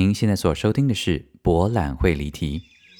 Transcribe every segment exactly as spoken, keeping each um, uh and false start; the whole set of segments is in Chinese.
您现在所收听的是博览会离题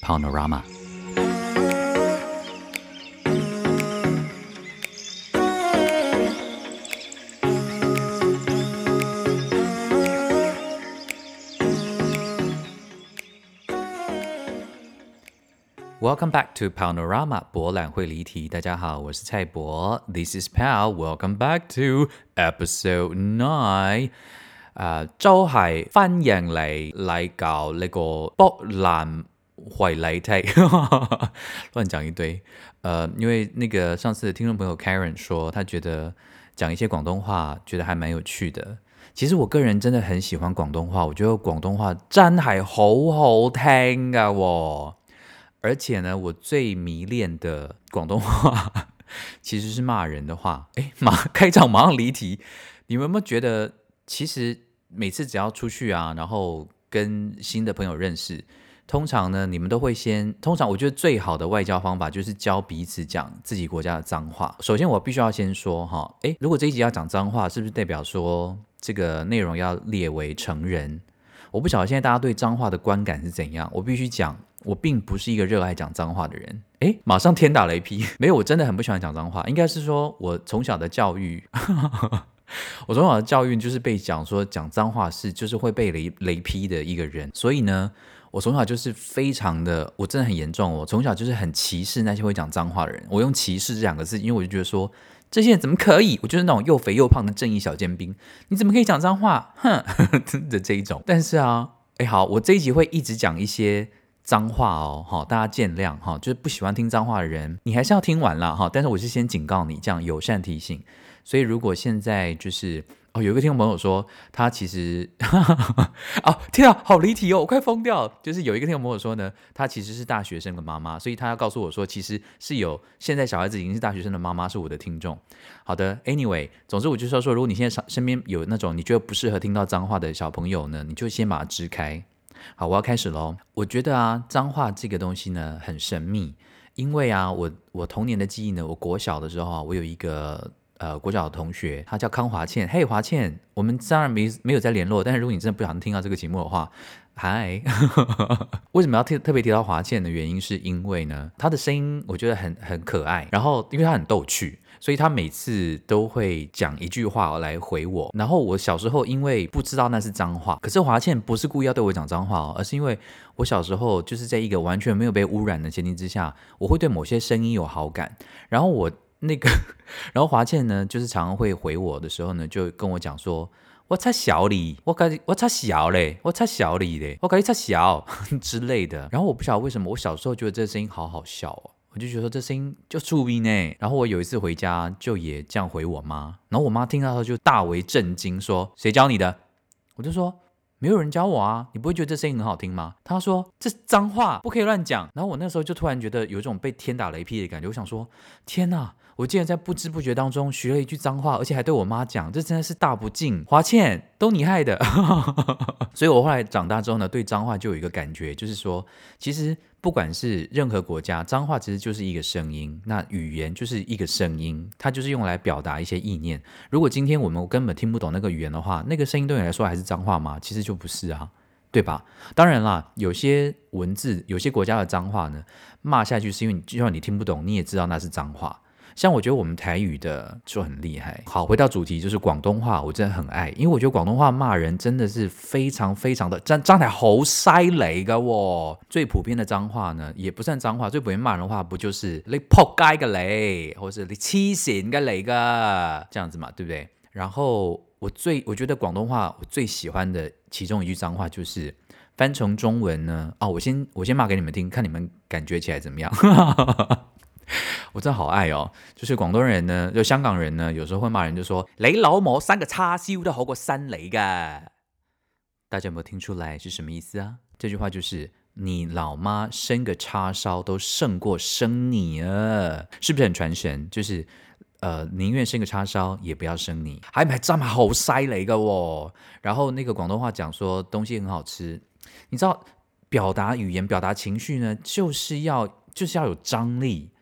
Panorama。Welcome back to Panorama 博览会离题。大家好，我是蔡博 This is Pal. Welcome back to episode nine。誒，就係歡迎嚟嚟搞那個博覽會離題，亂講一堆。呃，因為那個上次聽眾朋友 Karen 說，他覺得講一些廣東話，覺得還蠻有趣的。其實我個人真的很喜歡廣東話，我覺得廣東話真係好好聽㗎喎。而且呢，我最迷戀的廣東話其實是罵人的話。誒，馬開場馬上離題，你們有沒有覺得，其實每次只要出去啊，然後跟新的朋友認識，通常呢，你們都會先，通常我覺得最好的外交方法就是教彼此講自己國家的髒話。首先我必須要先說哈，誒，如果這一集要講髒話，是不是代表說這個內容要列為成人？我不曉得現在大家對髒話的觀感是怎樣，我必須講。我並不是一個熱愛講髒話的人。誒，馬上天打雷劈。沒有，我真的很不喜歡講髒話。應該是說我從小的教育我從小的教育就是被講說講髒話是就是會被雷雷劈的一個人。所以呢，我從小就是非常的，我真的很嚴重。我從小就是很歧視那些會講髒話的人。我用歧視這兩個字，因為我就覺得說這些人怎麼可以，我就是那種又肥又胖的正義小尖兵，你怎麼可以講髒話，哼的這一種。但是啊，誒好，我這一集會一直講一些髒話哦，大家見諒，就是不喜歡聽髒話的人，你還是要聽完啦，但是我是先警告你，這樣友善提醒。所以如果現在就是哦，有一個聽眾朋友說他其實哦，天啊，好離題哦，我快瘋掉了。就是有一個聽眾朋友說呢，他其實是大學生的媽媽，所以他要告訴我說，其實是有現在小孩子已經是大學生的媽媽是我的聽眾。好的 ，anyway， 總之我就是要說，如果你現在身邊有那種你覺得不適合聽到髒話的小朋友呢，你就先把它支開。好，我要開始咯。我覺得啊，髒話這個東西呢很神秘，因為啊，我我童年的記憶呢，我國小的時候啊，我有一個呃國小的同學，他叫康華倩。嘿，華倩，我們當然沒沒有在聯絡，但是如果你真的不想聽到這個節目的話，嗨，為什麼要特特別提到華倩的原因，是因為呢，他的聲音我覺得很很可愛，然後因為他很逗趣。所以他每次都會講一句話來回我，然後我小時候因為不知道那是髒話，可是華倩不是故意要對我講髒話哦，而是因為我小時候就是在一個完全沒有被污染的前提之下，我會對某些聲音有好感，然後我那個，然後華倩呢，就是常常會回我的時候呢，就跟我講說，我差小你，我跟我差小嘞，我差小你嘞，我跟你差小之類的，然後我不曉得為什麼我小時候覺得這個聲音好好笑哦。我就覺得說這聲音就出名呢，然後我有一次回家就也這樣回我媽，然後我媽聽到後就大為震驚，說誰教你的？我就說沒有人教我啊，你不會覺得這聲音很好聽嗎？她說這髒話不可以亂講。然後我那時候就突然覺得有一種被天打雷劈的感覺，我想說天哪，我竟然在不知不覺當中學了一句髒話，而且還對我媽講，這真的是大不敬，華倩都你害的。所以我後來長大之後呢，對髒話就有一個感覺，就是說其實不管是任何國家，髒話其實就是一個聲音，那語言就是一個聲音，它就是用來表達一些意念。如果今天我們根本聽不懂那個語言的話，那個聲音對你來說還是髒話嗎？其實就不是啊，對吧？當然啦，有些文字，有些國家的髒話呢，罵下去是因為就算你聽不懂，你也知道那是髒話。像我覺得我們台語的就很厲害。好，回到主題，就是廣東話，我真的很愛，因為我覺得廣東話罵人真的是非常非常的真真係好犀利噶喎。最普遍的髒話呢，也不算髒話，最普遍罵人的話不就是你仆街嘅你，或是你黐線嘅你噶，這樣子嘛，對不對？然後我最我覺得廣東話我最喜歡的其中一句髒話就是翻成中文呢，哦，我先我先罵給你們聽，看你們感覺起來怎麼樣。我真的好愛哦，就是廣東人呢，就香港人呢，有時候會罵人就說你老母生個叉燒都好過生你噶。大家有沒有聽出來是什麼意思啊？這句話就是你老媽生個叉燒都勝過生你啊，是不是很傳神？就是呃，寧願生個叉燒也不要生你，還咪真係好犀利噶喎。然後那個廣東話講說東西很好吃，你知道表達語言表達情緒呢，就是要就是要有張力。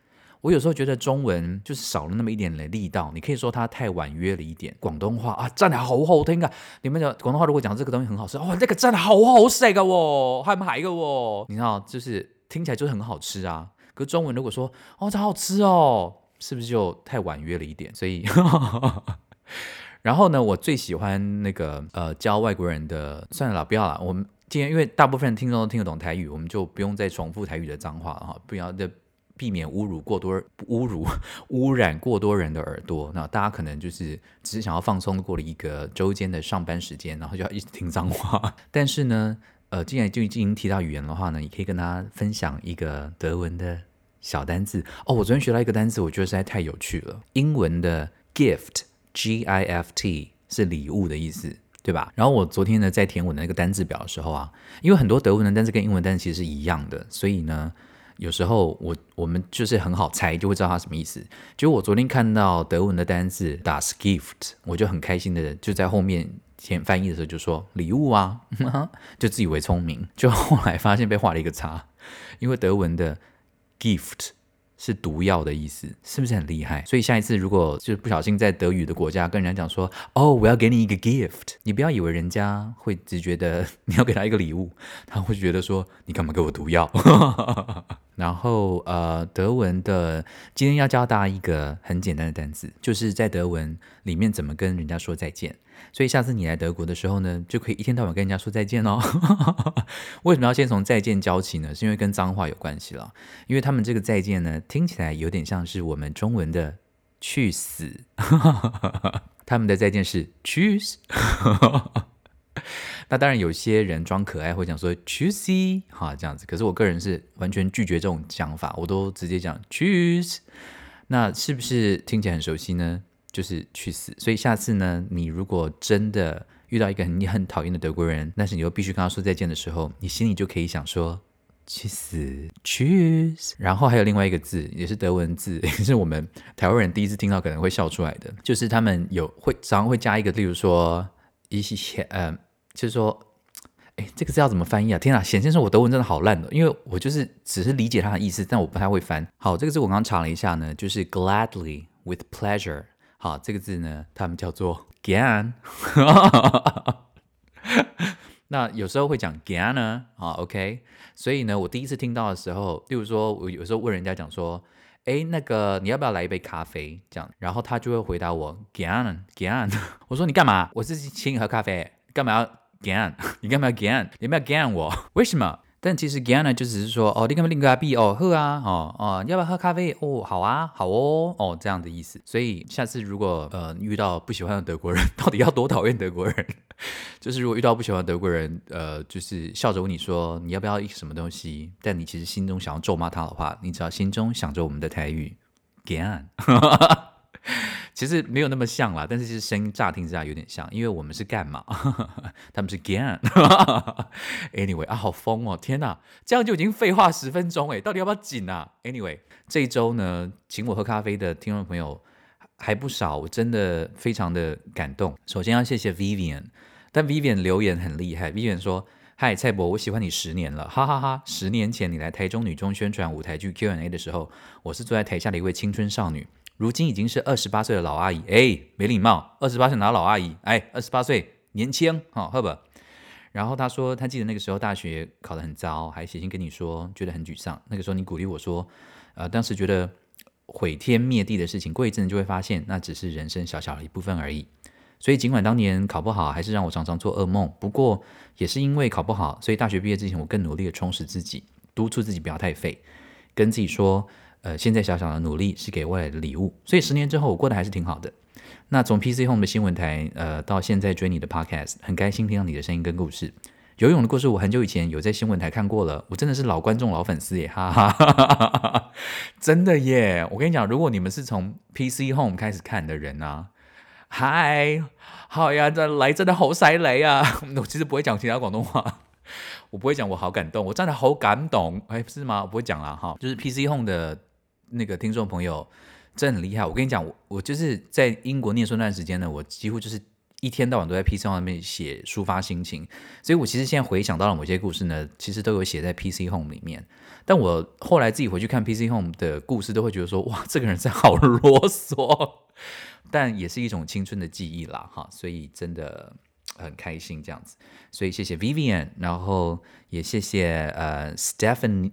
我有时候觉得中文就是少了那么一点的力道，你可以说它太婉约了一点。广东话啊，真係好好聽啊！你們講廣東話如果講這個東西很好吃，哇，這個真係好好食噶喎，係唔係噶喎？你知道，就是聽起來就很好吃啊。可是中文如果說哦，這好好吃哦，是不是就太婉約了一點？所以然後呢，我最喜歡那個呃教外國人的，算了啦，不要啦，我們今天因為大部分人聽眾都聽得懂台語，我們就不用再重複台語的髒話哈，不要的。避免侮辱過多侮辱污染過多人的耳朵，那大家可能就是只是想要放鬆過了一個週間的上班時間，然後就要一直聽髒話。但是呢，呃，既然就已經提到語言的話呢，你可以跟大家分享一個德文的小單字哦。我昨天學到一個單字，我覺得實在太有趣了。英文的 gift G I F T 是禮物的意思，對吧？然後我昨天呢在填我的那個單字表的時候啊，因為很多德文的單字跟英文單字其實是一樣的，所以呢。有時候我我們就是很好猜，就會知道它什麼意思。結果我昨天看到德文的單字 Das Gift， 我就很開心的就在後面填翻譯的時候就說禮物啊，就自以為聰明。就後來發現被畫了一個叉，因為德文的 gift 是毒藥的意思，是不是很厲害？所以下一次如果就不小心在德語的國家跟人家講說哦，我要給你一個 gift， 你不要以為人家會只覺得你要給他一個禮物，他會覺得說你幹嘛給我毒藥？然後呃，德文的今天要教大家一個很簡單的單詞，就是在德文裡面怎麼跟人家說再見。所以下次你來德國的時候呢，就可以一天到晚跟人家說再見哦。為什麼要先從再見教起呢？是因為跟髒話有關係了。因為他們這個再見呢，聽起來有點像是我們中文的去死。他們的再見是 Tschüss。那當然有些人裝可愛會講說 Tschüssi 哈，這樣子，可是我個人是完全拒絕這種講法，我都直接講 Tschüss。那是不是聽起來很熟悉呢？就是去死。所以下次呢，你如果真的遇到一個你很討厭的德國人，但是你又必須跟他說再見的時候，你心裡就可以想說去死 Tschüss。然後還有另外一個字也是德文字，也是我們台灣人第一次聽到可能會笑出來的，就是他們有會常常會加一個，例如說一些呃，就是說誒這個字要怎麼翻譯啊？天啊，顯現出我德文真的好爛的，因為我就是只是理解它的意思，但我不太會翻。好，這個字我剛剛查了一下呢，就是 gladly with pleasure。好，這個字呢，他們叫做 gern。 那有時候會講 gern 呢，好 OK。所以呢，我第一次聽到的時候，例如說我有時候問人家講說，誒，那個你要不要來一杯咖啡？這樣，然後他就會回答我 gern gern。我說你幹嘛？我是請你喝咖啡，幹嘛要 gern？ 你幹嘛要 gern？ 你不要 gern 我？為什麼？但其實 gern 呢就只是說哦，你幹嘛拎咖啡哦，喝啊，哦哦，要不要喝咖啡哦？好啊，好哦，哦這樣的意思。所以下次如果呃遇到不喜歡的德國人，到底要多討厭德國人？就是如果遇到不喜歡的德國人，呃，就是笑着問你說你要不要一個什麼東西，但你其實心中想要咒罵他的話，你只要心中想着我們的台語 gern。其實沒有那麼像啦，但是其實聲音乍聽之下有點像，因為我們是幹嘛，他們是 gern。 Anyway 啊，好瘋哦，天哪，這樣就已經廢話十分鐘誒，到底要不要緊啊？ Anyway 這一周呢，請我喝咖啡的聽眾朋友還不少，我真的非常的感動。首先要謝謝 Vivian， 但 Vivian 留言很厲害， Vivian 說嗨蔡博，我喜歡你十年了，哈哈哈哈！十年前你來台中女中宣傳舞台劇 Q and A 的時候，我是坐在台下的一位青春少女，如今已經是二十八歲的老阿姨。哎，沒禮貌，二十八歲哪老阿姨？哎，二十八歲年輕，好、哦，喝吧。然後他說他記得那個時候大學考得很糟，還寫信跟你說覺得很沮喪，那個時候你鼓勵我說呃，當時覺得毀天滅地的事情過一陣就會發現那只是人生小小的一部分而已。所以儘管當年考不好，還是讓我常常做噩夢，不過也是因為考不好，所以大學畢業之前我更努力的充實自己，督促自己不要太廢，跟自己說呃，現在小小的努力是給未來的禮物。所以十年之後我過得還是挺好的。那從 P C Home 的新聞台呃到現在追你的 Podcast， 很開心聽到你的聲音跟故事。游泳的故事我很久以前有在新聞台看過了，我真的是老觀眾老粉絲耶，哈哈哈哈，真的耶！我跟你講，如果你們是從 P C Home 開始看的人啊，嗨，好呀，這來真的好犀利啊！我其實不會講其他廣東話，我不會講我好感動，我真的好感動，哎，是嗎？我不會講啦哈，就是 P C Home 的那個聽眾朋友真的很厲害。我跟你講，我我就是在英國念書那段時間呢，我幾乎就是一天到晚都在 P C Home 那边写抒发心情，所以我其实现在回想到了某些故事呢，其实都有写在 P C Home 里面。但我后来自己回去看 P C Home 的故事，都会觉得说，哇，这个人真好啰嗦，但也是一种青春的记忆啦，哈，所以真的很开心这样子。所以谢谢 Vivian， 然后也谢谢呃 Stephanie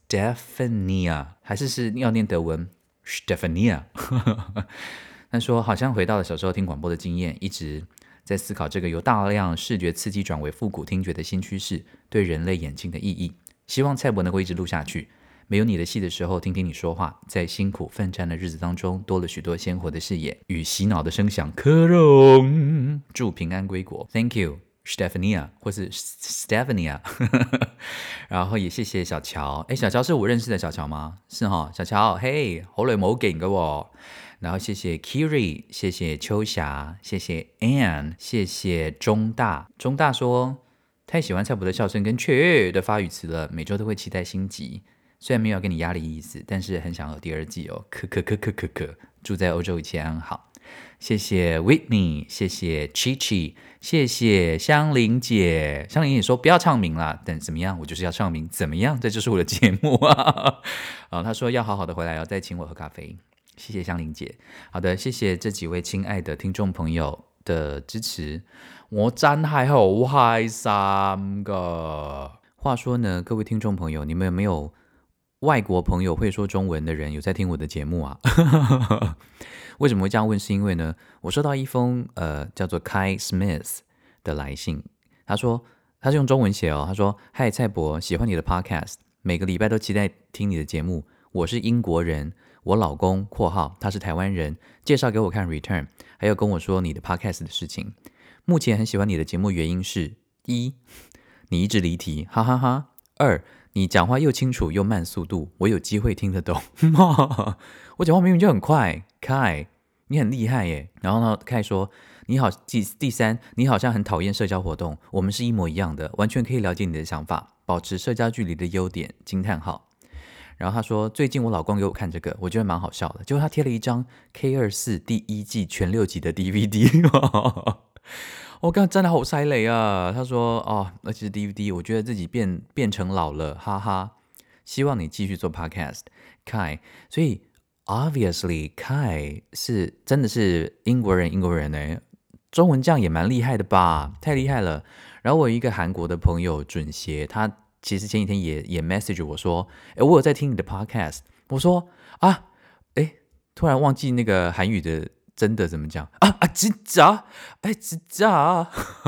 Stephania， 还是是要念德文 Stephania。他说好像回到了小时候听广播的经验，一直在思考这个由大量视觉刺激转为复古听觉的新趋势对人类眼睛的意义。希望蔡伯能够一直录下去，没有你的戏的时候听听你说话，在辛苦奋战的日子当中多了许多鲜活的视野与洗脑的声响。科隆祝平安归国， Thank you Stephania 或是 Stephania 然後也謝謝小喬，誒小喬是我認識的小喬嗎？是哈，小喬嘿，好耐冇見嘅喎。然後謝謝 Kiri， 謝謝秋霞，謝謝 Anne， 謝謝中大。中大說太喜歡蔡伯的笑聲跟雀的發語詞了，每週都會期待新集。雖然沒有要給你壓力意思，但是很想有第二季哦。可可可可可可，住在歐洲一切安好。謝謝 Whitney， 謝謝 Chichi， 謝謝香玲姐。香玲姐說不要唱名啦，但怎麼樣，我就是要唱名，怎麼樣，這就是我的節目啊。啊，她說要好好的回來，要再請我喝咖啡。謝謝香玲姐。好的，謝謝這幾位親愛的聽眾朋友的支持，我真係好開心㗎。話說呢，各位聽眾朋友，你們有沒有外國朋友會說中文的人有在聽我的節目啊？為什麼會這樣問？是因為呢，我收到一封呃叫做 Kai Smith 的來信，他說他是用中文寫哦，他說嗨蔡伯，喜歡你的 podcast， 每個禮拜都期待聽你的節目，我是英國人，我老公括號他是台灣人，介紹給我看 Return， 還有跟我說你的 podcast 的事情。目前很喜歡你的節目原因是一，你一直離題，哈哈哈。二，你講話又清楚又慢速度，我有機會聽得懂。我講話明明就很快，凱，你很厲害耶。然後呢，凱說你好，第第三，你好像很討厭社交活動，我們是一模一樣的，完全可以了解你的想法，保持社交距離的優點，驚嘆號。然後他說最近我老公給我看這個，我覺得蠻好笑的，結果他貼了一張 K 二十四 第一季全六集的 D V D。我剛真的好犀利啊！他說哦，而且是 D V D， 我覺得自己變變成老了，哈哈。希望你繼續做 podcast， Kai。所以 obviously Kai 是真的是英國人，英國人呢，中文這樣也蠻厲害的吧？太厲害了。然後我有一個韓國的朋友準協，他其實前幾天也也 message 我說，誒，我有在聽你的 podcast。我說啊，誒，突然忘記那個韓語的。真的怎麼講啊啊！真假哎，真假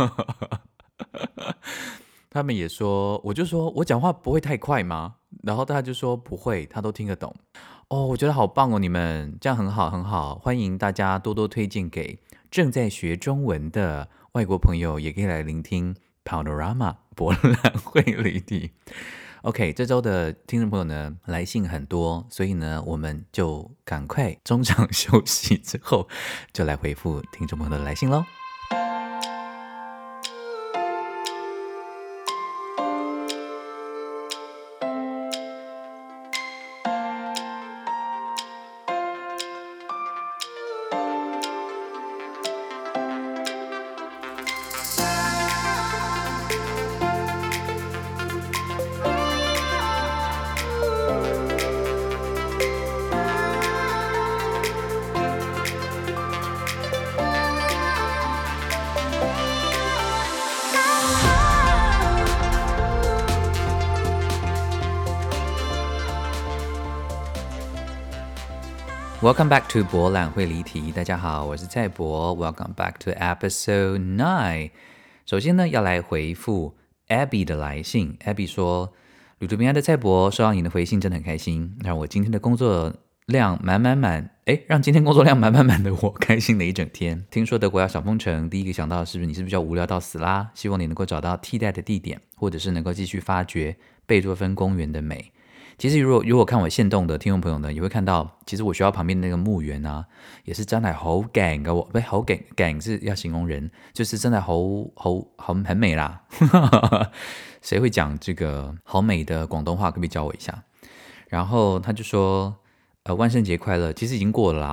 他們也說，我就說我講話不會太快嗎？然後大家就說不會，他都聽得懂。哦，我覺得好棒哦，你們這樣很好很好，歡迎大家多多推薦給正在學中文的外國朋友，也可以來聆聽 Paonorama 博覽會離題。OK， 這週的聽眾朋友呢來信很多，所以呢我們就趕快中場休息之後就來回復聽眾朋友的來信咯。Welcome back to 博覽會離題，大家好，我是蔡博。Welcome back to episode nine。首先呢，要來回復 Abby 的來信。Abby 說：旅途平安的蔡博，收到你的回信真的很開心，讓我今天的工作量滿滿滿，誒，讓今天工作量滿滿滿的我開心了一整天。聽說德國要小封城，第一個想到的是不是你是比較無聊到死啦？希望你能夠找到替代的地點，或者是能夠繼續發掘貝多芬公園的美。其實如果如果看我限動的聽眾朋友呢，也會看到，其實我學校旁邊的那個墓園啊，也是真係好勁嘅，不係好勁，勁是要形容人，就是真的好好好很美啦。誰會講這個好美的廣東話？可不可以教我一下？然後他就說，呃，萬聖節快樂，其實已經過了啦哈。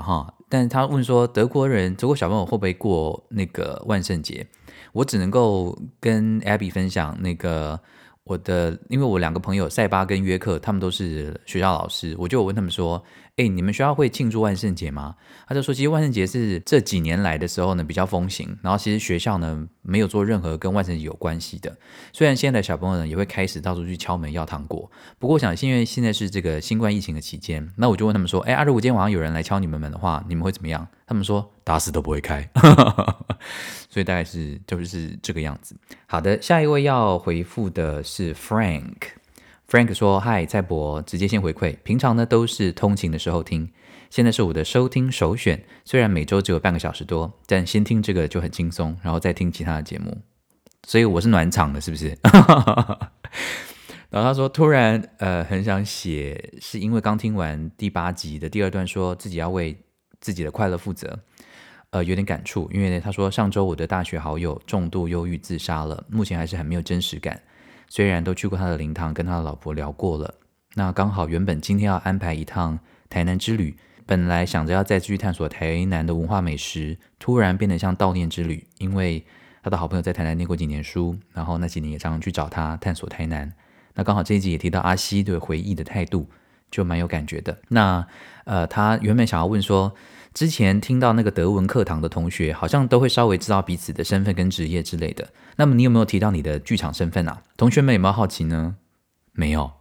但是他问说德国人德国小朋友会不会过那个万圣节，我只能够跟 Abby 分享那个我的，因为我两个朋友塞巴跟约克他们都是学校老师，我就有问他们说，哎，你们学校会庆祝万圣节吗？他就说其实万圣节是这几年来的时候呢比较风行，然后其实学校呢没有做任何跟万圣节有关系的，虽然现在的小朋友呢也会开始到处去敲门要糖果，不过我想因为现在是这个新冠疫情的期间，那我就问他们说，哎，啊如果今天晚上有人来敲你们门的话，你们会怎么样？他们说打死都不会开所以大概是就是这个样子。好的，下一位要回复的是 Frank。 Frank 说，嗨蔡伯，直接先回馈，平常呢都是通勤的时候听，现在是我的收听首选，虽然每周只有半个小时多，但先听这个就很轻松，然后再听其他的节目，所以我是暖场的是不是然后他说突然呃很想写，是因为刚听完第八集的第二段说自己要为自己的快乐负责，呃，有点感触，因为他说上周我的大学好友重度忧郁自杀了，目前还是很没有真实感，虽然都去过他的灵堂，跟他的老婆聊过了，那刚好原本今天要安排一趟台南之旅，本来想着要再继续探索台南的文化美食，突然变得像悼念之旅，因为他的好朋友在台南念过几年书，然后那几年也常常去找他探索台南，那刚好这一集也提到阿西对回忆的态度，就蛮有感觉的。那呃，他原本想要问说，之前听到那个德文课堂的同学好像都会稍微知道彼此的身份跟职业之类的，那么你有没有提到你的剧场身份啊？同学们有没有好奇呢？没有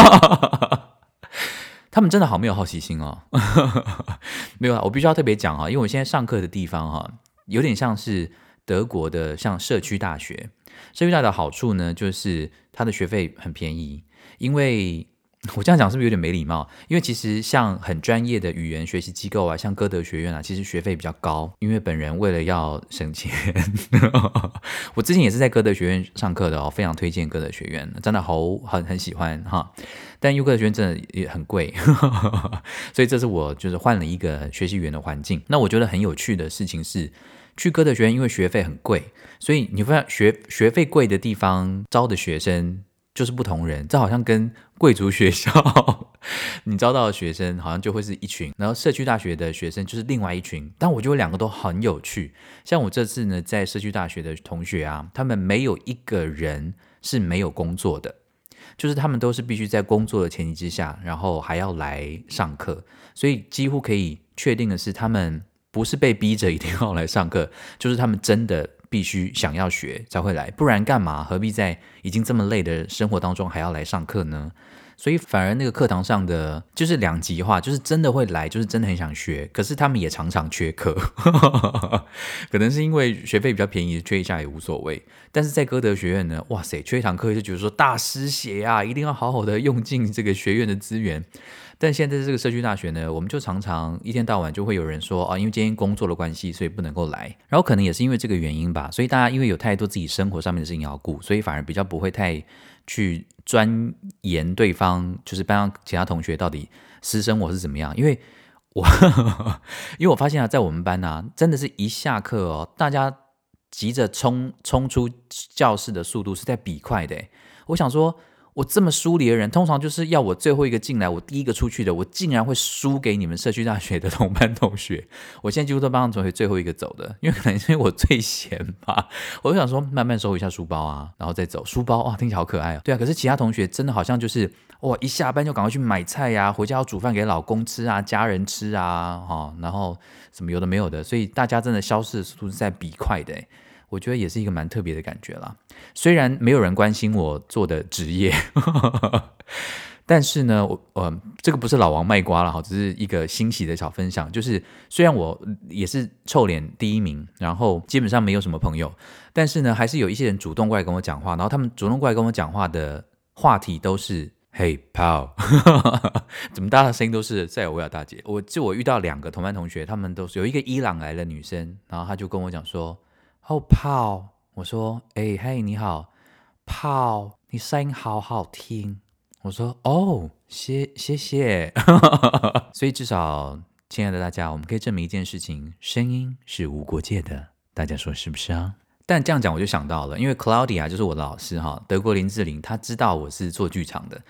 他们真的好没有好奇心哦没有，我必须要特别讲哈，因为我现在上课的地方哈，有点像是德国的像社区大学。社区大学的好处呢，就是它的学费很便宜，因为我这样讲是不是有点没礼貌？因为其实像很专业的语言学习机构啊，像歌德学院啊，其实学费比较高。因为本人为了要省钱我之前也是在歌德学院上课的哦，非常推荐歌德学院，真的好很很喜欢哈。但歌德学院真的也很贵所以这是我就是换了一个学习语言的环境。那我觉得很有趣的事情是，去歌德学院因为学费很贵，所以你发现学学费贵的地方招的学生就是不同人，这好像跟贵族学校你招到的学生好像就会是一群，然后社区大学的学生就是另外一群，但我觉得两个都很有趣。像我这次呢在社区大学的同学啊，他们没有一个人是没有工作的，就是他们都是必须在工作的前提之下，然后还要来上课，所以几乎可以确定的是他们不是被逼着一定要来上课，就是他们真的必须想要学才会来，不然干嘛何必在已经这么累的生活当中还要来上课呢？所以反而那个课堂上的就是两极化，就是真的会来，就是真的很想学，可是他们也常常缺课可能是因为学费比较便宜，缺一下也无所谓。但是在歌德学院呢，哇塞，缺一堂课就觉得说大失血啊，一定要好好的用尽这个学院的资源。但现在这个社区大学呢，我们就常常一天到晚就会有人说啊，因为今天工作的关系，所以不能够来。然后可能也是因为这个原因吧，所以大家因为有太多自己生活上面的事情要顾，所以反而比较不会太去钻研对方，就是班上其他同学到底私生活是怎么样。因为我因为我发现啊，在我们班啊，真的是一下课哦，大家急着冲冲出教室的速度是在比快的。我想说，我这么疏离的人，通常就是要我最后一个进来，我第一个出去的，我竟然会输给你们社区大学的同班同学。我现在几乎都班上同学最后一个走的，因为可能是因为我最闲吧。我就想说，慢慢收一下书包啊，然后再走。书包哇，听起来好可爱哦。对啊，可是其他同学真的好像就是哇，一下班就赶快去买菜呀、啊，回家要煮饭给老公吃啊，家人吃啊，哦、然后什么有的没有的，所以大家真的消失的速度是在比快的。我觉得也是一个蛮特别的感觉啦。虽然没有人关心我做的职业但是呢我、呃、这个不是老王卖瓜啦，只是一个欣喜的小分享。就是虽然我也是臭脸第一名，然后基本上没有什么朋友，但是呢还是有一些人主动过来跟我讲话，然后他们主动过来跟我讲话的话题都是Hey pal 怎么大家的声音都是塞尔维亚大姐。我就我遇到两个同班同学，他们都是有一个伊朗来的女生，然后她就跟我讲说哦炮，我说哎嘿你好炮，你声音好好听。我说哦谢谢谢所以至少亲爱的大家，我们可以证明一件事情，声音是无国界的，大家说是不是啊？但这样讲我就想到了，因为 Claudia 就是我的老师哈，德国林志玲，她知道我是做剧场的。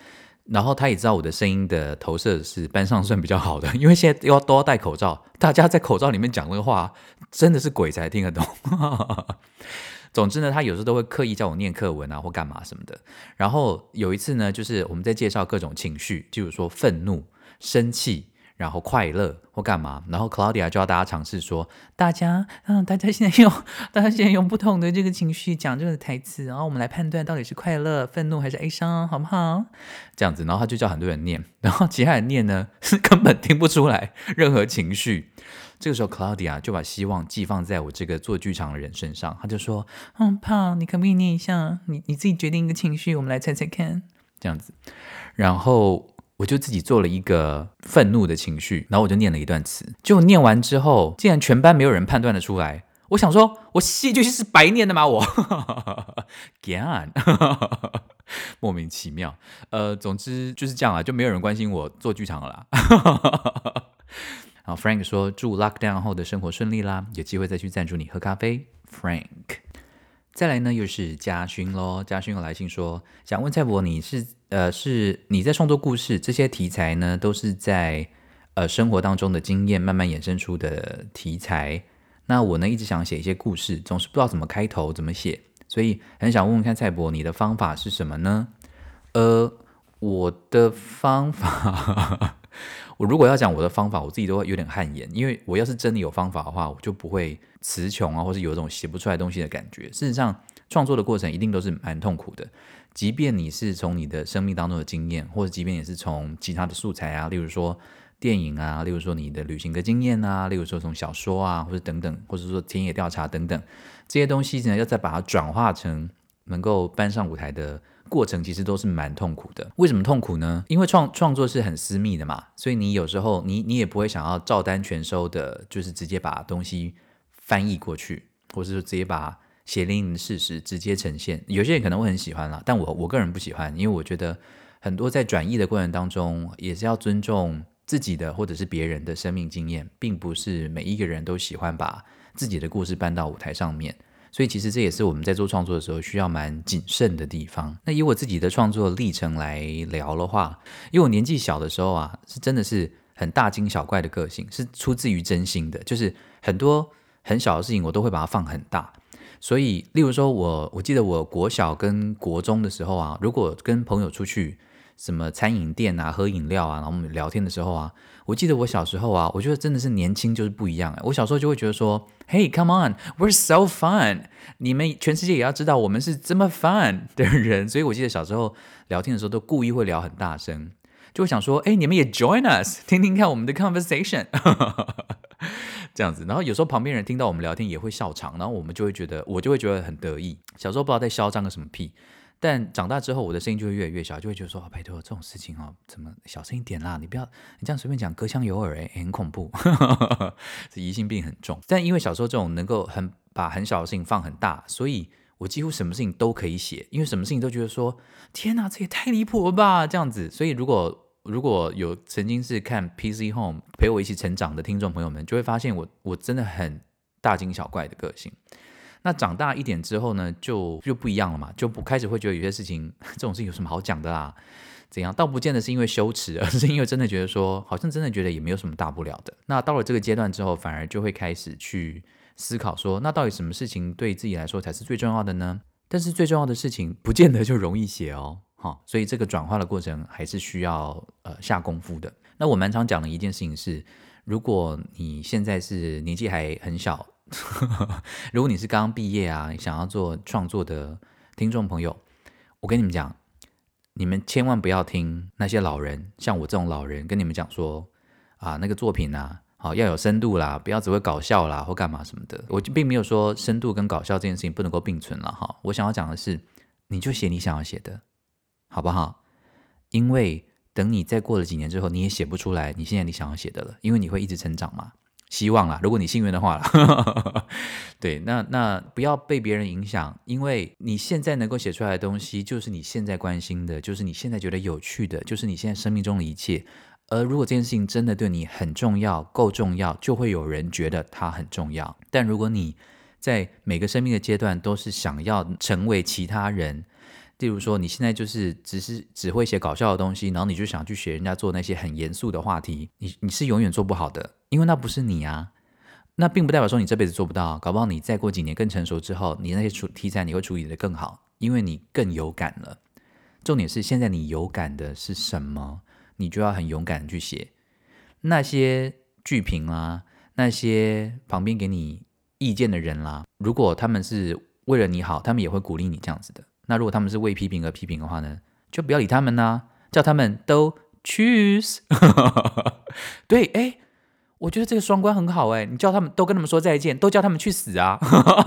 然后他也知道我的声音的投射是班上算比较好的，因为现在要都要戴口罩，大家在口罩里面讲那个话，真的是鬼才听得懂。总之呢，他有时候都会刻意叫我念课文啊，或干嘛什么的。然后有一次呢，就是我们在介绍各种情绪，譬如说愤怒、生气。然后快乐或干嘛，然后 Claudia 就要大家尝试说，大家，嗯，大家现在用，大家现在用不同的这个情绪讲这个台词，然后我们来判断到底是快乐、愤怒还是哀伤，好不好？这样子，然后他就叫很多人念，然后其他人念呢是根本听不出来任何情绪。这个时候 Claudia 就把希望寄放在我这个做剧场的人身上，他就说，嗯，胖，你可不可以念一下？你你自己决定一个情绪，我们来猜猜看，这样子，然后。我就自己做了一个愤怒的情绪，然后我就念了一段词，结果念完之后，竟然全班没有人判断得出来。我想说，我戏剧是白念的吗？我干莫名其妙。呃，总之就是这样啊，就没有人关心我做剧场了啦。然后 Frank 说，祝 lockdown 后的生活顺利啦，有机会再去赞助你喝咖啡 ，Frank。再来呢，又是嘉勋咯。嘉勋有来信说，想问蔡伯，你是呃是你在创作故事，这些题材呢都是在呃生活当中的经验慢慢衍生出的题材。那我呢一直想写一些故事，总是不知道怎么开头，怎么写，所以很想问问看蔡伯，你的方法是什么呢？呃，我的方法。我如果要讲我的方法，我自己都会有点汗颜，因为我要是真的有方法的话，我就不会词穷啊，或是有一种写不出来东西的感觉。事实上，创作的过程一定都是蛮痛苦的，即便你是从你的生命当中的经验，或者即便你是从其他的素材啊，例如说电影啊，例如说你的旅行的经验啊，例如说从小说啊，或者等等，或者说田野调查等等，这些东西呢，要再把它转化成能够搬上舞台的过程，其实都是蛮痛苦的。为什么痛苦呢？因为创创作是很私密的嘛，所以你有时候你你也不会想要照单全收的，就是直接把东西翻译过去，或是说直接把血淋淋的事实直接呈现。有些人可能会很喜欢啦，但我我个人不喜欢，因为我觉得很多在转译的过程当中，也是要尊重自己的或者是别人的生命经验，并不是每一个人都喜欢把自己的故事搬到舞台上面。所以其实这也是我们在做创作的时候需要蛮谨慎的地方。那以我自己的创作历程来聊的话，因为我年纪小的时候啊，是真的是很大惊小怪的个性，是出自于真心的，就是很多很小的事情我都会把它放很大。所以例如说我我记得我国小跟国中的时候啊，如果跟朋友出去什么餐饮店啊喝饮料啊，然后我们聊天的时候啊，我记得我小时候啊，我觉得真的是年轻就是不一样。我小时候就会觉得说 Hey come on we're so fun， 你们全世界也要知道我们是这么 fun 的人。所以我记得小时候聊天的时候都故意会聊很大声，就会想说哎，你们也 join us 听听看我们的 conversation 这样子。然后有时候旁边人听到我们聊天也会笑场，然后我们就会觉得我就会觉得很得意。小时候不知道在嚣张个什么屁，但长大之后我的声音就会越来越小，就会觉得说、哦、拜托这种事情哦，怎么小声一点啦，你不要你这样随便讲隔腔有耳、欸、很恐怖这疑心病很重。但因为小时候这种能够很把很小的事情放很大，所以我几乎什么事情都可以写，因为什么事情都觉得说天哪这也太离谱了吧这样子。所以如果如果有曾经是看 P C Home 陪我一起成长的听众朋友们，就会发现我我真的很大惊小怪的个性。那长大一点之后呢，就就不一样了嘛，就不开始会觉得有些事情，这种事情有什么好讲的啦？怎样？倒不见得是因为羞耻，而是因为真的觉得说，好像真的觉得也没有什么大不了的。那到了这个阶段之后，反而就会开始去思考说，那到底什么事情对自己来说才是最重要的呢？但是最重要的事情，不见得就容易写哦。哈，所以这个转化的过程还是需要呃下功夫的。那我蛮常讲的一件事情是，如果你现在是年纪还很小。如果你是刚刚毕业啊，想要做创作的听众朋友，我跟你们讲，你们千万不要听那些老人，像我这种老人跟你们讲说啊，那个作品啊，好要有深度啦，不要只会搞笑啦或干嘛什么的。我并没有说深度跟搞笑这件事情不能够并存啦哈。我想要讲的是，你就写你想要写的，好不好？因为等你再过了几年之后，你也写不出来你现在你想要写的了，因为你会一直成长嘛。希望啦，如果你幸运的话啦对，那那不要被别人影响，因为你现在能够写出来的东西就是你现在关心的，就是你现在觉得有趣的，就是你现在生命中的一切。而如果这件事情真的对你很重要，够重要，就会有人觉得它很重要。但如果你在每个生命的阶段都是想要成为其他人， 例如说，你现在就是只是只会写搞笑的东西，然后你就想去学人家做那些很严肃的话题，你你是永远做不好的，因为那不是你啊。那并不代表说你这辈子做不到，搞不好你再过几年更成熟之后，你那些处题材你会处理得更好，因为你更有感了。重点是现在你有感的是什么，你就要很勇敢的去写。那些剧评啦，那些旁边给你意见的人啦，如果他们是为了你好，他们也会鼓励你这样子的。那如果他们是为批评而批评的话呢，就不要理他们啦，叫他们都 choose 对，哎，我觉得这个双关很好哎，你叫他们都跟他们说再见，都叫他们去死啊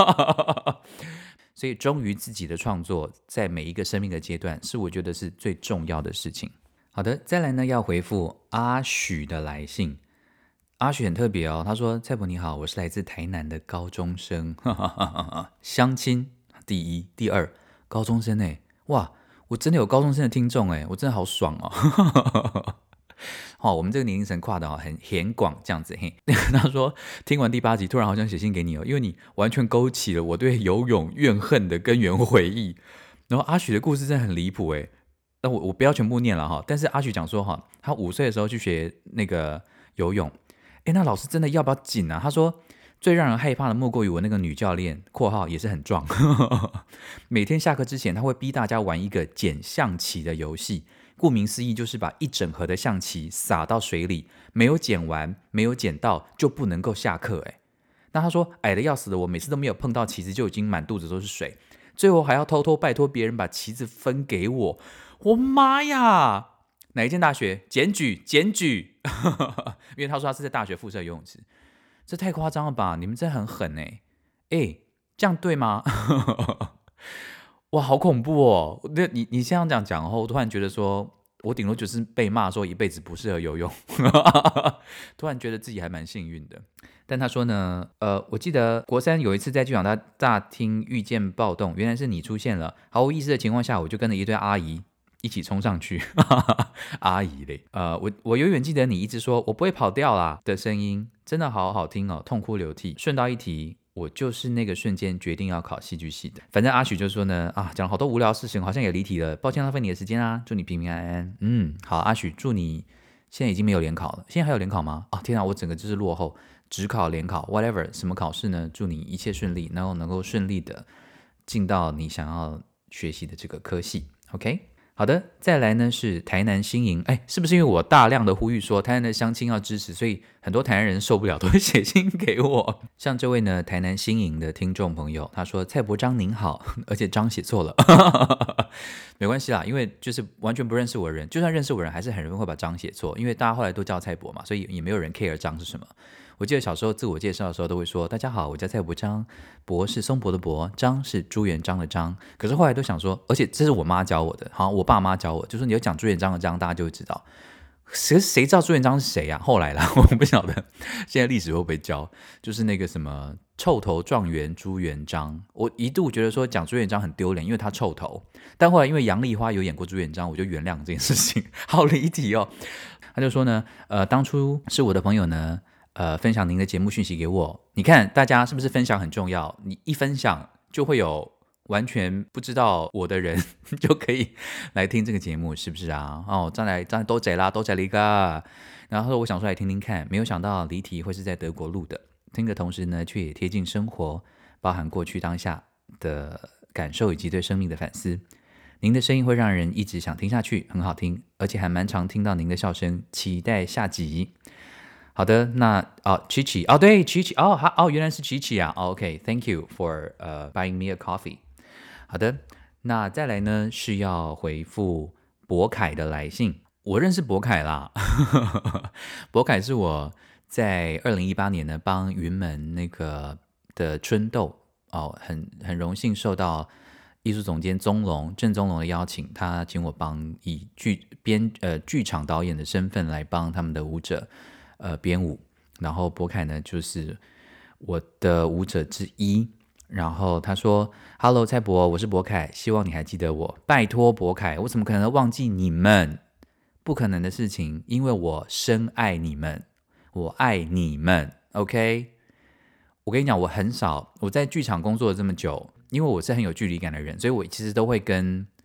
所以忠于自己的创作，在每一个生命的阶段，是我觉得是最重要的事情。好的，再来呢，要回复阿许的来信。阿许很特别哦，他说：蔡伯你好，我是来自台南的高中生，相亲第一，第二，高中生哎，哇，我真的有高中生的听众哎，我真的好爽哦。哦，我们这个年龄层跨的很很广，这样子嘿。他说听完第八集，突然好想写信给你哦，因为你完全勾起了我对游泳怨恨的根源回忆。然后阿许的故事真的很离谱哎，那我我不要全部念了哈。但是阿许讲说哈，他五岁的时候去学那个游泳，哎，那老师真的要不要紧啊？他说最让人害怕的莫过于我那个女教练（括号也是很壮），每天下课之前他会逼大家玩一个捡象棋的游戏。顾名思义，就是把一整盒的象棋撒到水里，没有捡完，没有捡到就不能够下课。哎，那他说矮的要死的我，每次都没有碰到棋子就已经满肚子都是水，最后还要偷偷拜托别人把棋子分给我。我妈呀！哪一间大学？检举检举！因为他说他是在大学附设游泳池，这太夸张了吧？你们真的很狠哎！哎，这样对吗？哇，好恐怖哦！那你你这样讲讲后，我突然觉得说，我顶多就是被骂说一辈子不适合游泳，突然觉得自己还蛮幸运的。但他说呢，呃，我记得国三有一次在剧场大大厅遇见暴动，原来是你出现了，毫无意识的情况下，我就跟着一堆阿姨一起冲上去，阿姨嘞，呃，我我永远记得你一直说我不会跑掉啦的声音，真的好好听哦，痛哭流涕。顺道一提。我就是那个瞬间决定要考戏剧系的。反正阿许就说呢，啊，讲了好多无聊事情，好像也离题了，抱歉浪费你的时间啊，祝你平平安安。嗯，好，阿许，祝你现在已经没有联考了，现在还有联考吗？哦，天啊，我整个就是落后，只考联考 whatever 什么考试呢？祝你一切顺利，然后能够顺利的进到你想要学习的这个科系。OK。好的，再来呢是台南新营，哎，是不是因为我大量的呼吁说台南的乡亲要支持，所以很多台南人受不了都会写信给我？像这位呢台南新营的听众朋友，他说蔡伯章您好，而且章写错了，没关系啦，因为就是完全不认识我的人，就算认识我的人，还是很容易会把章写错，因为大家后来都叫蔡伯嘛，所以也没有人 care 章是什么。我记得小时候自我介绍的时候都会说大家好，我叫蔡伯章，伯是松柏的伯，章是朱元璋的章。可是后来都想说，而且这是我妈教我的，好像我爸妈教我，就说你要讲朱元璋的章，大家就会知道。谁谁知道朱元璋是谁啊？后来啦，我不晓得现在历史会不会教，就是那个什么臭头状元朱元璋。我一度觉得说讲朱元璋很丢脸，因为他臭头。但后来因为杨丽花有演过朱元璋，我就原谅这件事情。好离题哦。他就说呢，呃，当初是我的朋友呢。呃，分享您的节目讯息给我，你看大家是不是分享很重要？你一分享就会有完全不知道我的人就可以来听这个节目，是不是啊？哦，再来再都贼啦，都贼了一个。然后我想说来听听看，没有想到离题会是在德国录的，听的同时呢，却也贴近生活，包含过去当下的感受以及对生命的反思。您的声音会让人一直想听下去，很好听，而且还蛮常听到您的笑声，期待下集。好的，那哦 Chichi 哦，对 Chichi 哦，哦，原来是 Chichi 啊、哦、，OK，Thank、okay, you for、uh, buying me a coffee。好的，那再来呢是要回复博凯的来信。我认识博凯啦，博凯是我在二零一八年呢帮云门那个的春斗哦，很很荣幸受到艺术总监宗龙郑宗龙的邀请，他请我帮以剧编呃剧场导演的身份来帮他们的舞者。呃，编舞，然后博凯呢就是我的舞者之一，然后他说 ：“Hello， 蔡博，我是博凯，希望你还记得我。拜托博凯，我怎么可能忘记你们？不可能的事情，因为我深爱你们，我爱你们。OK， 我跟你讲，我很少我在剧场工作了这么久，因为我是很有距离感的人，所以我其实都会跟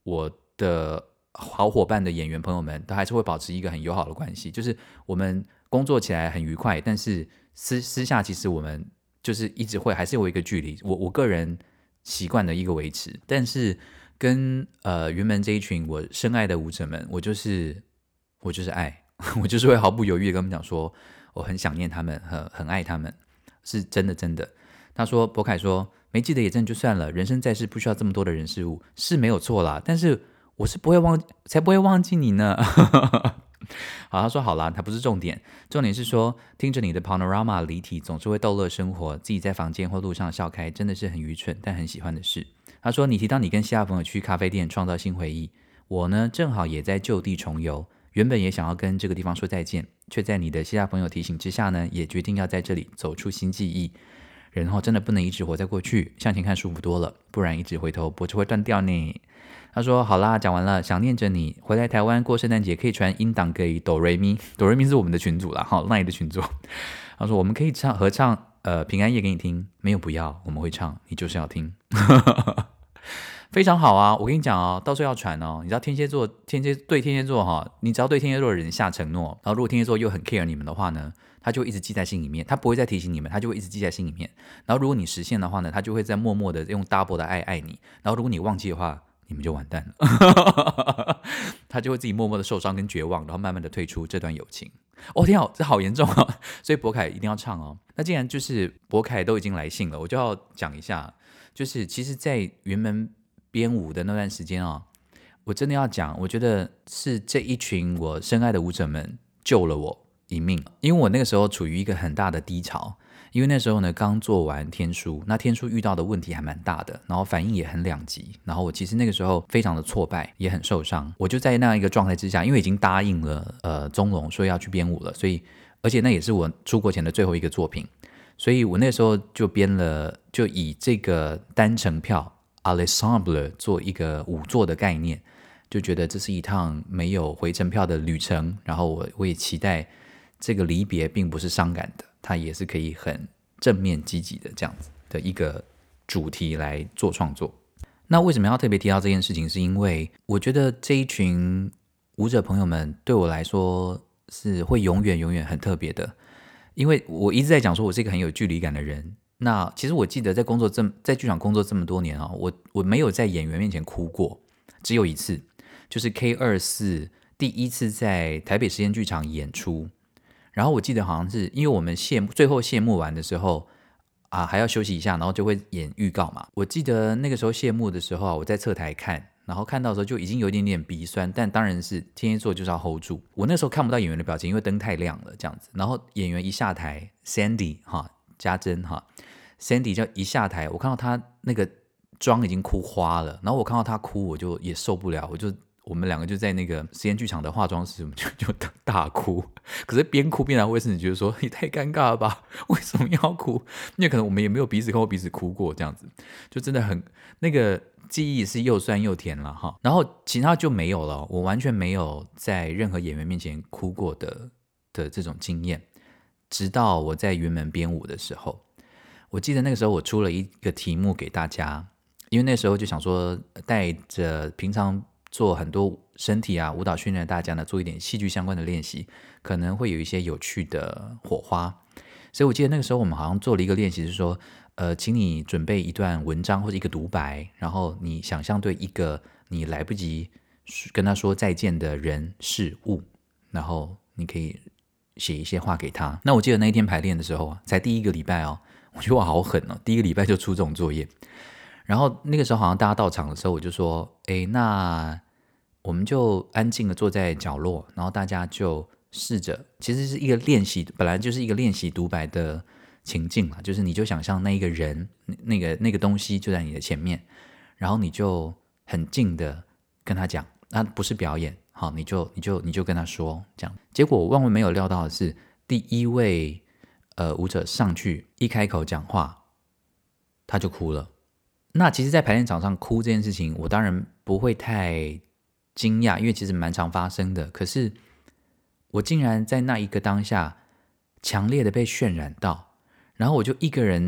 我的好伙伴的演员朋友们都还是会保持一个很友好的关系，就是我们工作起来很愉快，但是私私下其实我们就是一直会还是有一个距离，我我个人习惯的一个维持，但是跟呃原本这一群我深爱的舞者们，我就是我就是爱，我就是会毫不犹豫的跟他们讲说，我很想念他们，很很爱他们，是真的真的。他说，博凯说，没记得也真的就算了，人生在世不需要这么多的人事物，是没有错啦，但是我是不会忘，才不会忘记你呢。好，他说好啦，他不是重点，重点是说听着你的 panorama 离题，总是会逗乐生活，自己在房间或路上笑开，真的是很愚蠢但很喜欢的事。他说你提到你跟希腊朋友去咖啡店创造新回忆，我呢正好也在就地重游，原本也想要跟这个地方说再见，却在你的希腊朋友提醒之下呢，也决定要在这里走出新记忆。人后真的不能一直活在过去，向前看舒服多了，不然一直回头脖子会断掉呢。他说好啦，讲完了，想念着你，回来台湾过圣诞节可以传音档给哆瑞咪，哆瑞咪是我们的群组啦，好，那里的群组。他说我们可以唱合唱呃平安夜给你听，没有不要，我们会唱，你就是要听。非常好啊，我跟你讲哦，到时候要传哦。你知道天蝎座，天蝎对天蝎座哈、哦，你只要对天蝎座的人下承诺，然后如果天蝎座又很 care 你们的话呢，他就会一直记在心里面，他不会再提醒你们，他就会一直记在心里面。然后如果你实现的话呢，他就会在默默的用 double 的爱爱你。然后如果你忘记的话，你们就完蛋了。他就会自己默默的受伤跟绝望，然后慢慢的退出这段友情。哦天啊，这好严重啊！所以博凯一定要唱哦。那既然就是博凯都已经来信了，我就要讲一下，就是其实，在云门编舞的那段时间啊，我真的要讲，我觉得是这一群我深爱的舞者们救了我一命。因为我那个时候处于一个很大的低潮，因为那时候呢刚做完天书，那天书遇到的问题还蛮大的，然后反应也很两极，然后我其实那个时候非常的挫败，也很受伤。我就在那样一个状态之下，因为已经答应了呃宗龙说要去编舞了，所以而且那也是我出国前的最后一个作品，所以我那时候就编了，就以这个单程票Ensemble 做一个舞作的概念，就觉得这是一趟没有回程票的旅程，然后我我也期待这个离别并不是伤感的，它也是可以很正面积极的这样子的一个主题来做创作。那为什么要特别提到这件事情，是因为我觉得这一群舞者朋友们对我来说是会永远永远很特别的，因为我一直在讲说我是一个很有距离感的人。那其实我记得在工作这在剧场工作这么多年啊，我我没有在演员面前哭过，只有一次，就是 K 二十四 第一次在台北实验剧场演出。然后我记得好像是因为我们谢最后谢幕完的时候啊，还要休息一下，然后就会演预告嘛。我记得那个时候谢幕的时候啊，我在侧台看，然后看到的时候就已经有一点点鼻酸，但当然是天蝎座就是要 hold 住。我那时候看不到演员的表情，因为灯太亮了这样子。然后演员一下台 ，Sandy 哈家珍哈 ，Sandy 就一下台，我看到他那个妆已经哭花了，然后我看到他哭，我就也受不了，我就。我们两个就在那个实验剧场的化妆室，我们就就大哭。可是边哭边拿卫生纸，觉得说也太尴尬了吧？为什么要哭？因为可能我们也没有彼此看过彼此哭过，这样子就真的很那个记忆是又酸又甜了哈。然后其他就没有了，我完全没有在任何演员面前哭过的的这种经验。直到我在云门编舞的时候，我记得那个时候我出了一个题目给大家，因为那时候就想说带着平常做很多身体啊舞蹈训练的大家呢，做一点戏剧相关的练习，可能会有一些有趣的火花。所以我记得那个时候我们好像做了一个练习，是说，呃，请你准备一段文章或者一个独白，然后你想象对一个你来不及跟他说再见的人事物，然后你可以写一些话给他。那我记得那一天排练的时候啊，才第一个礼拜哦，我觉得我好狠哦，第一个礼拜就出这种作业。然后那个时候好像大家到场的时候，我就说，诶，那我们就安静的坐在角落，然后大家就试着，其实是一个练习，本来就是一个练习独白的情境嘛，就是你就想象那一个人，那个那个东西就在你的前面，然后你就很近的跟他讲，那不是表演，好，你就你就你就跟他说这样。结果我万万没有料到的是，第一位呃舞者上去一开口讲话，他就哭了。那其实在排练场上哭这件事情，我当然不会太惊讶，因为其实蛮常发生的。可是我竟然在那一个当下强烈的被渲染到，然后我就一个人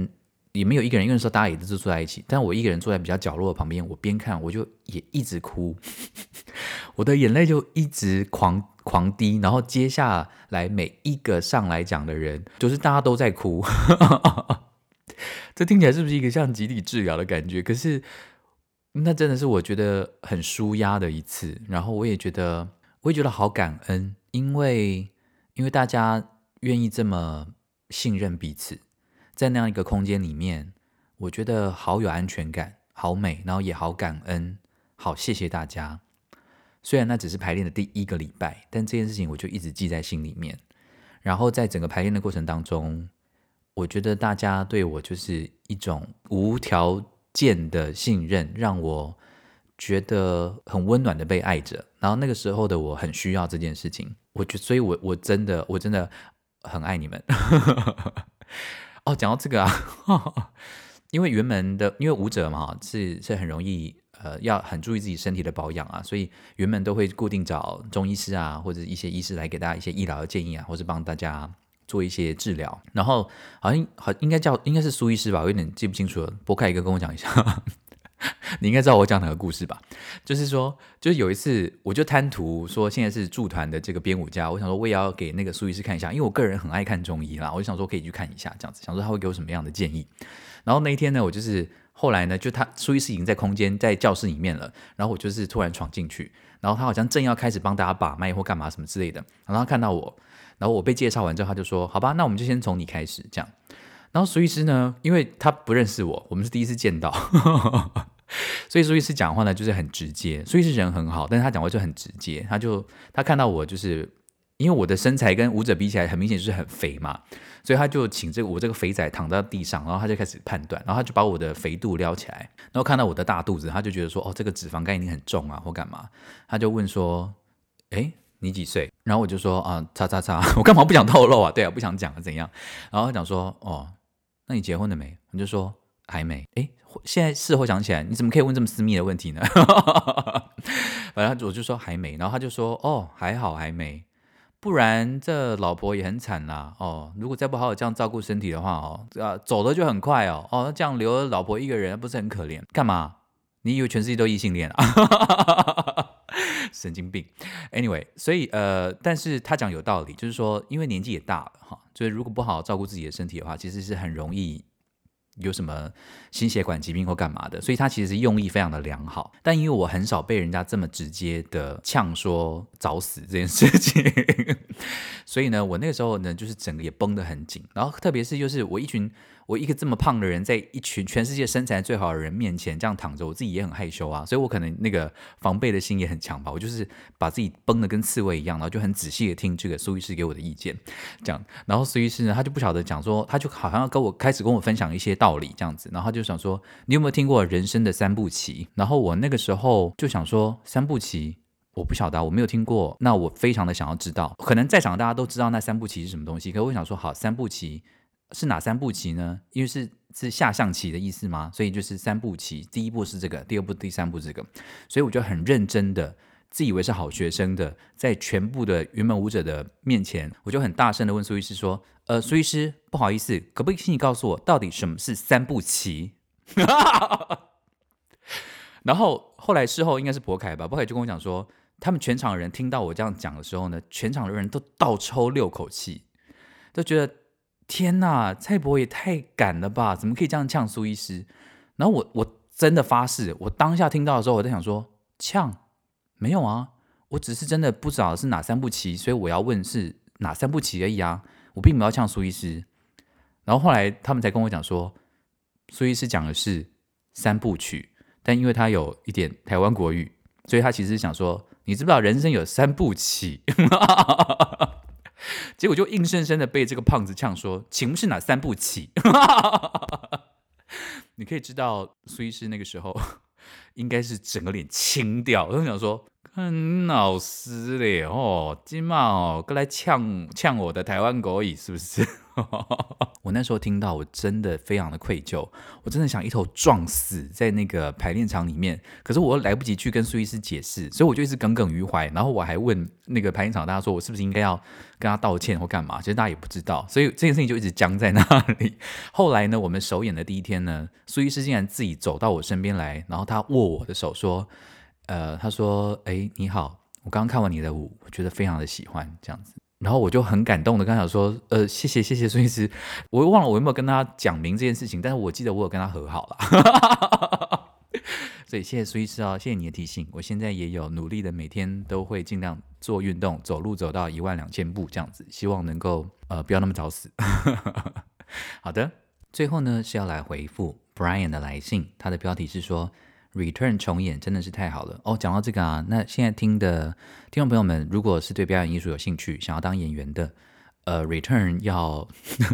也没有一个人，因为那时候大家也都是坐在一起，但我一个人坐在比较角落的旁边，我边看我就也一直哭，我的眼泪就一直狂狂滴，然后接下来每一个上来讲的人，就是大家都在哭，这听起来是不是一个像集体治疗的感觉？可是那真的是我觉得很舒压的一次，然后我也觉得，我也觉得好感恩，因为因为大家愿意这么信任彼此。在那样一个空间里面，我觉得好有安全感，好美，然后也好感恩，好谢谢大家。虽然那只是排练的第一个礼拜，但这件事情我就一直记在心里面。然后在整个排练的过程当中，我觉得大家对我就是一种无条件的信任，让我觉得很温暖的被爱着。然后那个时候的我很需要这件事情，我觉所以我我真的我真的很爱你们。哦，讲到这个啊，因为原本的，因为舞者嘛，是是很容易，呃，要很注意自己身体的保养啊，所以原本都会固定找中医师啊，或者一些医师来给大家一些医疗的建议啊，或是帮大家做一些治疗。然后好像好应该叫应该是苏医师吧，我有点记不清楚了。波凯一个跟我讲一下。你应该知道我讲哪个故事吧？就是说，就是有一次，我就贪图说现在是驻团的这个编舞家，我想说我也要给那个苏医师看一下，因为我个人很爱看中医啦，我就想说可以去看一下这样子，想说他会给我什么样的建议。然后那一天呢，我就是后来呢，就他苏医师已经在空间在教室里面了，然后我就是突然闯进去，然后他好像正要开始帮大家把脉或干嘛什么之类的，然后他看到我，然后我被介绍完之后，他就说：“好吧，那我们就先从你开始这样。”然后苏医师呢，因为他不认识我，我们是第一次见到。所以苏医师讲话呢，就是很直接。苏医师人很好，但是他讲话就很直接。他就他看到我，就是因为我的身材跟舞者比起来，很明显就是很肥嘛，所以他就请这个我这个肥仔躺到地上，然后他就开始判断，然后他就把我的肥度撩起来，然后看到我的大肚子，他就觉得说，哦，这个脂肪肝一定很重啊，或干嘛？他就问说，哎，你几岁？然后我就说啊，叉叉叉，我干嘛不想透露啊？对啊，不想讲怎样？然后他讲说，哦，那你结婚了没？我就说还没。哎。现在事后想起来，你怎么可以问这么私密的问题呢？反正我就说还没，然后他就说哦还好还没，不然这老婆也很惨啦哦，如果再不好好这样照顾身体的话哦，啊走的就很快哦哦，这样留了老婆一个人不是很可怜？干嘛？你以为全世界都异性恋啊？神经病。Anyway， 所以呃，但是他讲有道理，就是说因为年纪也大了哈，所以如果不好好照顾自己的身体的话，其实是很容易。有什么心血管疾病或干嘛的，所以他其实用意非常的良好，但因为我很少被人家这么直接的呛说早死这件事情，所以呢，我那个时候呢，就是整个也绷得很紧，然后特别是就是我一群我一个这么胖的人，在一群全世界身材最好的人面前这样躺着，我自己也很害羞啊，所以我可能那个防备的心也很强吧，我就是把自己绷得跟刺猬一样，然后就很仔细的听这个苏医师给我的意见，这样，然后苏医师呢，他就不晓得讲说，他就好像要跟我开始跟我分享一些道理这样子，然后他就想说，你有没有听过人生的三步棋？然后我那个时候就想说，三步棋。我不晓得，我没有听过，那我非常的想要知道，可能在场大家都知道那三步棋是什么东西，可是我想说，好，三步棋是哪三步棋呢？因为是是下象棋的意思吗？所以就是三步棋，第一步是这个，第二步、第三步这个，所以我就很认真的，自以为是好学生的，在全部的云门舞者的面前，我就很大声的问苏医师说，呃，苏医师，不好意思，可不可以请你告诉我，到底什么是三步棋？然后后来事后应该是博凯吧，博凯就跟我讲说，他们全场的人听到我这样讲的时候呢，全场的人都倒抽六口气，都觉得天哪，蔡博也太敢了吧，怎么可以这样呛苏医师？然后我我真的发誓，我当下听到的时候，我在想说，呛没有啊，我只是真的不知道是哪三步棋，所以我要问是哪三步棋而已啊，我并没有呛苏医师。然后后来他们才跟我讲说，苏医师讲的是三部曲。但因为他有一点台湾国语，所以他其实想说，你知不知道人生有三步棋？结果就硬生生的被这个胖子呛说，请问是哪三步棋？你可以知道苏医师那个时候应该是整个脸青掉，我就想说，看老师嘞哦，今晚哦过来呛呛我的台湾国语是不是？ 我那时候听到，我真的非常的愧疚，我真的想一头撞死在那个排练场里面，可是我又来不及去跟苏医师解释，所以我就一直耿耿于怀，然后我还问那个排练场大家说，我是不是应该要跟他道歉或干嘛？其实大家也不知道，所以这件事情就一直僵在那里。后来呢，我们首演的第一天呢，苏医师竟然自己走到我身边来，然后他握我的手说，呃，他说，哎，你好，我刚刚看完你的舞，我觉得非常的喜欢，这样子。然后我就很感动的跟他讲说，呃，谢谢谢谢苏医师，我忘了我有没有跟他讲明这件事情，但是我记得我有跟他和好了。所以谢谢苏医师哦，谢谢你的提醒，我现在也有努力的每天都会尽量做运动，走路走到一万两千步这样子，希望能够呃不要那么早死。好的，最后呢是要来回复 Brian 的来信，他的标题是说Return 重演真的是太好了哦！讲到这个啊，那现在听的听众朋友们，如果是对表演艺术有兴趣，想要当演员的，呃，Return 要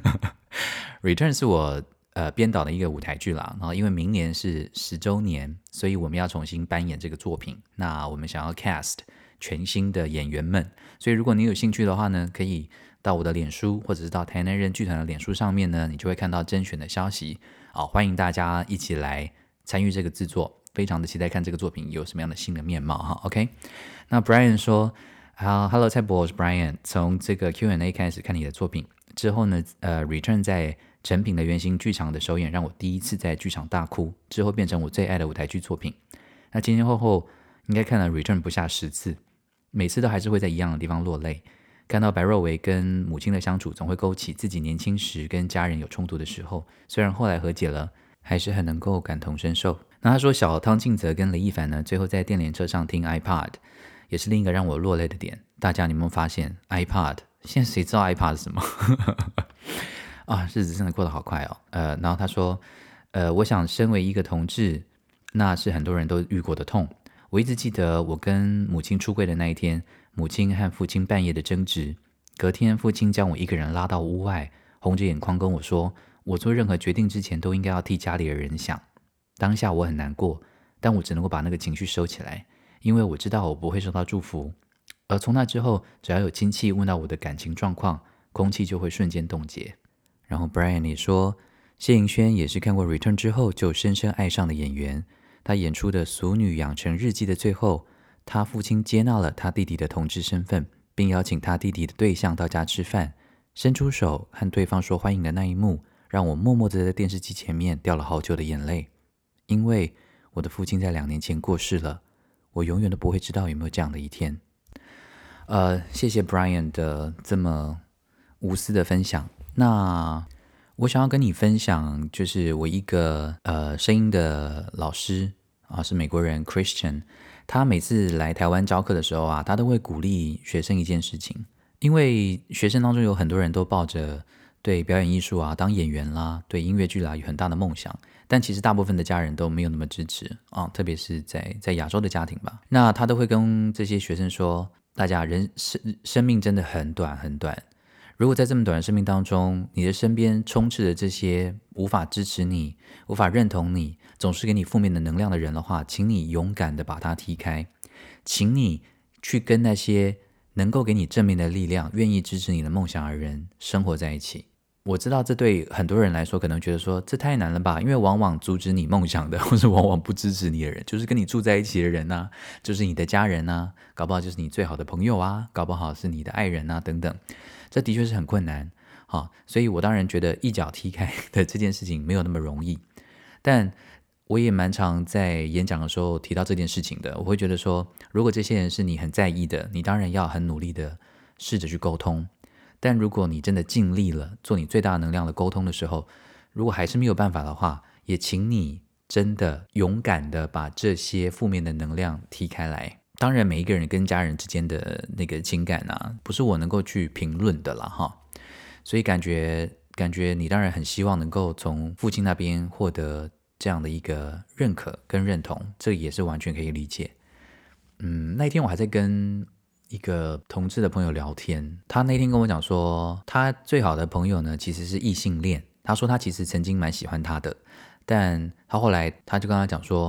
Return 是我呃编导的一个舞台剧啦。然后因为明年是十周年，所以我们要重新扮演这个作品。那我们想要 cast 全新的演员们，所以如果你有兴趣的话呢，可以到我的脸书或者是到台南人剧团的脸书上面呢，你就会看到甄选的消息啊、哦，欢迎大家一起来参与这个制作。非常的期待看这个作品有什么样的新的面貌哈 ，OK？ 那 Brian 说，好 ，Hello 蔡博，我是 Brian， 从这个 Q and A 开始看你的作品之后呢，呃 ，Return 在成品的原型剧场的首演让我第一次在剧场大哭，之后变成我最爱的舞台剧作品。那前前后后应该看了 Return 不下十次，每次都还是会在一样的地方落泪。看到白若维跟母亲的相处，总会勾起自己年轻时跟家人有冲突的时候，虽然后来和解了，还是很能够感同身受。那他说小汤敬泽跟雷一凡呢，最后在电联车上听 iPod， 也是另一个让我落泪的点。大家有没有发现 iPod？ 现在谁知道 iPod 是什么？啊，日子真的过得好快哦。呃，然后他说，呃，我想身为一个同志，那是很多人都遇过的痛。我一直记得我跟母亲出柜的那一天，母亲和父亲半夜的争执。隔天，父亲将我一个人拉到屋外，红着眼眶跟我说，我做任何决定之前都应该要替家里的人想。当下我很难过，但我只能够把那个情绪收起来，因为我知道我不会受到祝福。而从那之后，只要有亲戚问到我的感情状况，空气就会瞬间冻结。然后 Brian 也说，谢盈萱也是看过 Return 之后就深深爱上的演员。他演出的《俗女养成日记》的最后，他父亲接纳了他弟弟的同志身份，并邀请他弟弟的对象到家吃饭，伸出手和对方说欢迎的那一幕，让我默默地在电视机前面掉了好久的眼泪。因为我的父亲在两年前过世了，我永远都不会知道有没有这样的一天。呃，谢谢 Brian 的这么无私的分享。那我想要跟你分享，就是我一个呃声音的老师啊，是美国人 Christian， 他每次来台湾教课的时候啊，他都会鼓励学生一件事情，因为学生当中有很多人都抱着对表演艺术啊、当演员啦、对音乐剧啦有很大的梦想，但其实大部分的家人都没有那么支持啊，特别是在在亚洲的家庭吧。那他都会跟这些学生说，大家人生生命真的很短很短，如果在这么短的生命当中，你的身边充斥着这些无法支持你、无法认同你、总是给你负面的能量的人的话，请你勇敢的把它踢开，请你去跟那些能够给你正面的力量、愿意支持你的梦想的人生活在一起。我知道这对很多人来说可能觉得说这太难了吧，因为往往阻止你梦想的，或是往往不支持你的人，就是跟你住在一起的人啊，就是你的家人啊，搞不好就是你最好的朋友啊，搞不好是你的爱人啊等等，这的确是很困难。好，所以我当然觉得一脚踢开的这件事情没有那么容易，但我也蛮常在演讲的时候提到这件事情的。我会觉得说，如果这些人是你很在意的，你当然要很努力的试着去沟通，但如果你真的尽力了，做你最大能量的沟通的时候，如果还是没有办法的话，也请你真的勇敢的把这些负面的能量踢开来。当然每一个人跟家人之间的那个情感啊，不是我能够去评论的啦哈，所以感觉感觉你当然很希望能够从父亲那边获得这样的一个认可跟认同，这也是完全可以理解。嗯，那一天我还在跟一个同志的朋友聊天，他那天跟我讲说，他最好的朋友呢其实是异性恋，他说他其实曾经蛮喜欢他的，但他后来他就跟他讲说，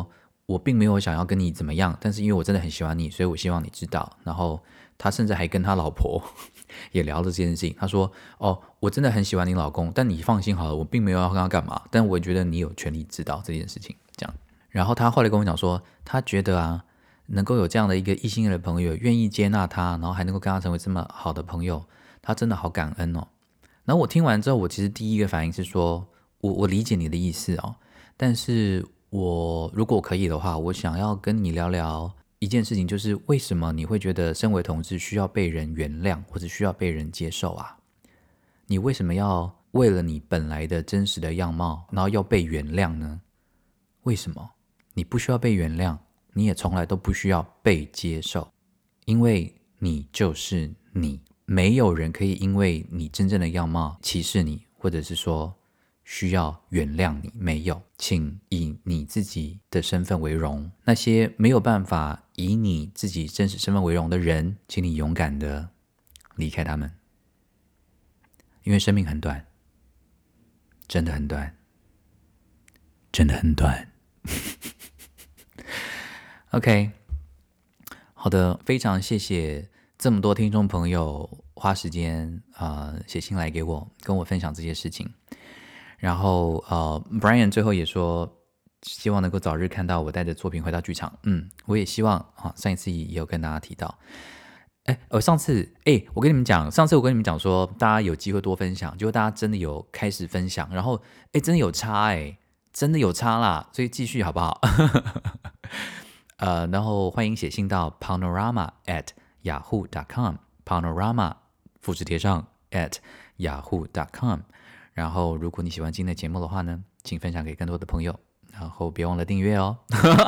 我并没有想要跟你怎么样，但是因为我真的很喜欢你，所以我希望你知道。然后他甚至还跟他老婆也聊了这件事情。他说：“哦，我真的很喜欢你老公，但你放心好了，我并没有要跟他干嘛，但我觉得你有权利知道这件事情。”这样。然后他后来跟我讲说，他觉得啊，能够有这样的一个异性恋的朋友，愿意接纳他，然后还能够跟他成为这么好的朋友，他真的好感恩哦。然后我听完之后，我其实第一个反应是说，我我理解你的意思哦，但是我如果可以的话，我想要跟你聊聊一件事情，就是为什么你会觉得身为同志需要被人原谅，或者需要被人接受啊？你为什么要为了你本来的真实的样貌，然后要被原谅呢？为什么？你不需要被原谅，你也从来都不需要被接受，因为你就是你。没有人可以因为你真正的样貌歧视你，或者是说需要原谅你，没有。请以你自己的身份为荣，那些没有办法以你自己真实身份为荣的人，请你勇敢的离开他们，因为生命很短，真的很短，真的很短。OK， 好的，非常谢谢这么多听众朋友花时间呃写信来给我，跟我分享这些事情。然后呃 Brian 最后也说，希望能够早日看到我带着作品回到剧场。嗯，我也希望啊，上一次也有跟大家提到。哎，呃，上次哎，我跟你们讲，上次我跟你们讲说，大家有机会多分享，结果大家真的有开始分享，然后哎，真的有差哎，真的有差啦，所以继续好不好？呃，然后欢迎写信到 panorama at yahoo dot com panorama 复制贴上 at yahoo dot com。然后，如果你喜欢今天的节目的话呢，请分享给更多的朋友，然后别忘了订阅哦。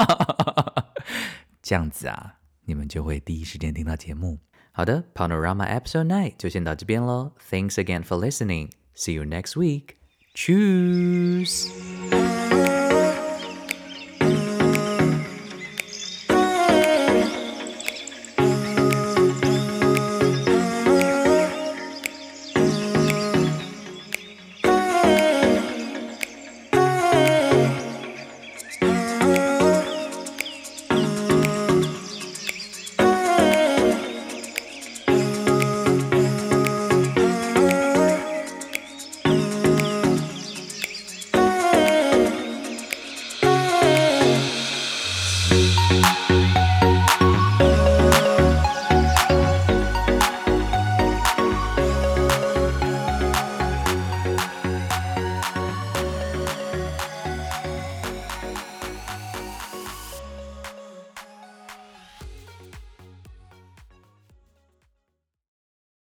这样子啊，你们就会第一时间听到节目。好的 ，Panorama Episode nine 就先到这边咯。Thanks again for listening. See you next week. Choose.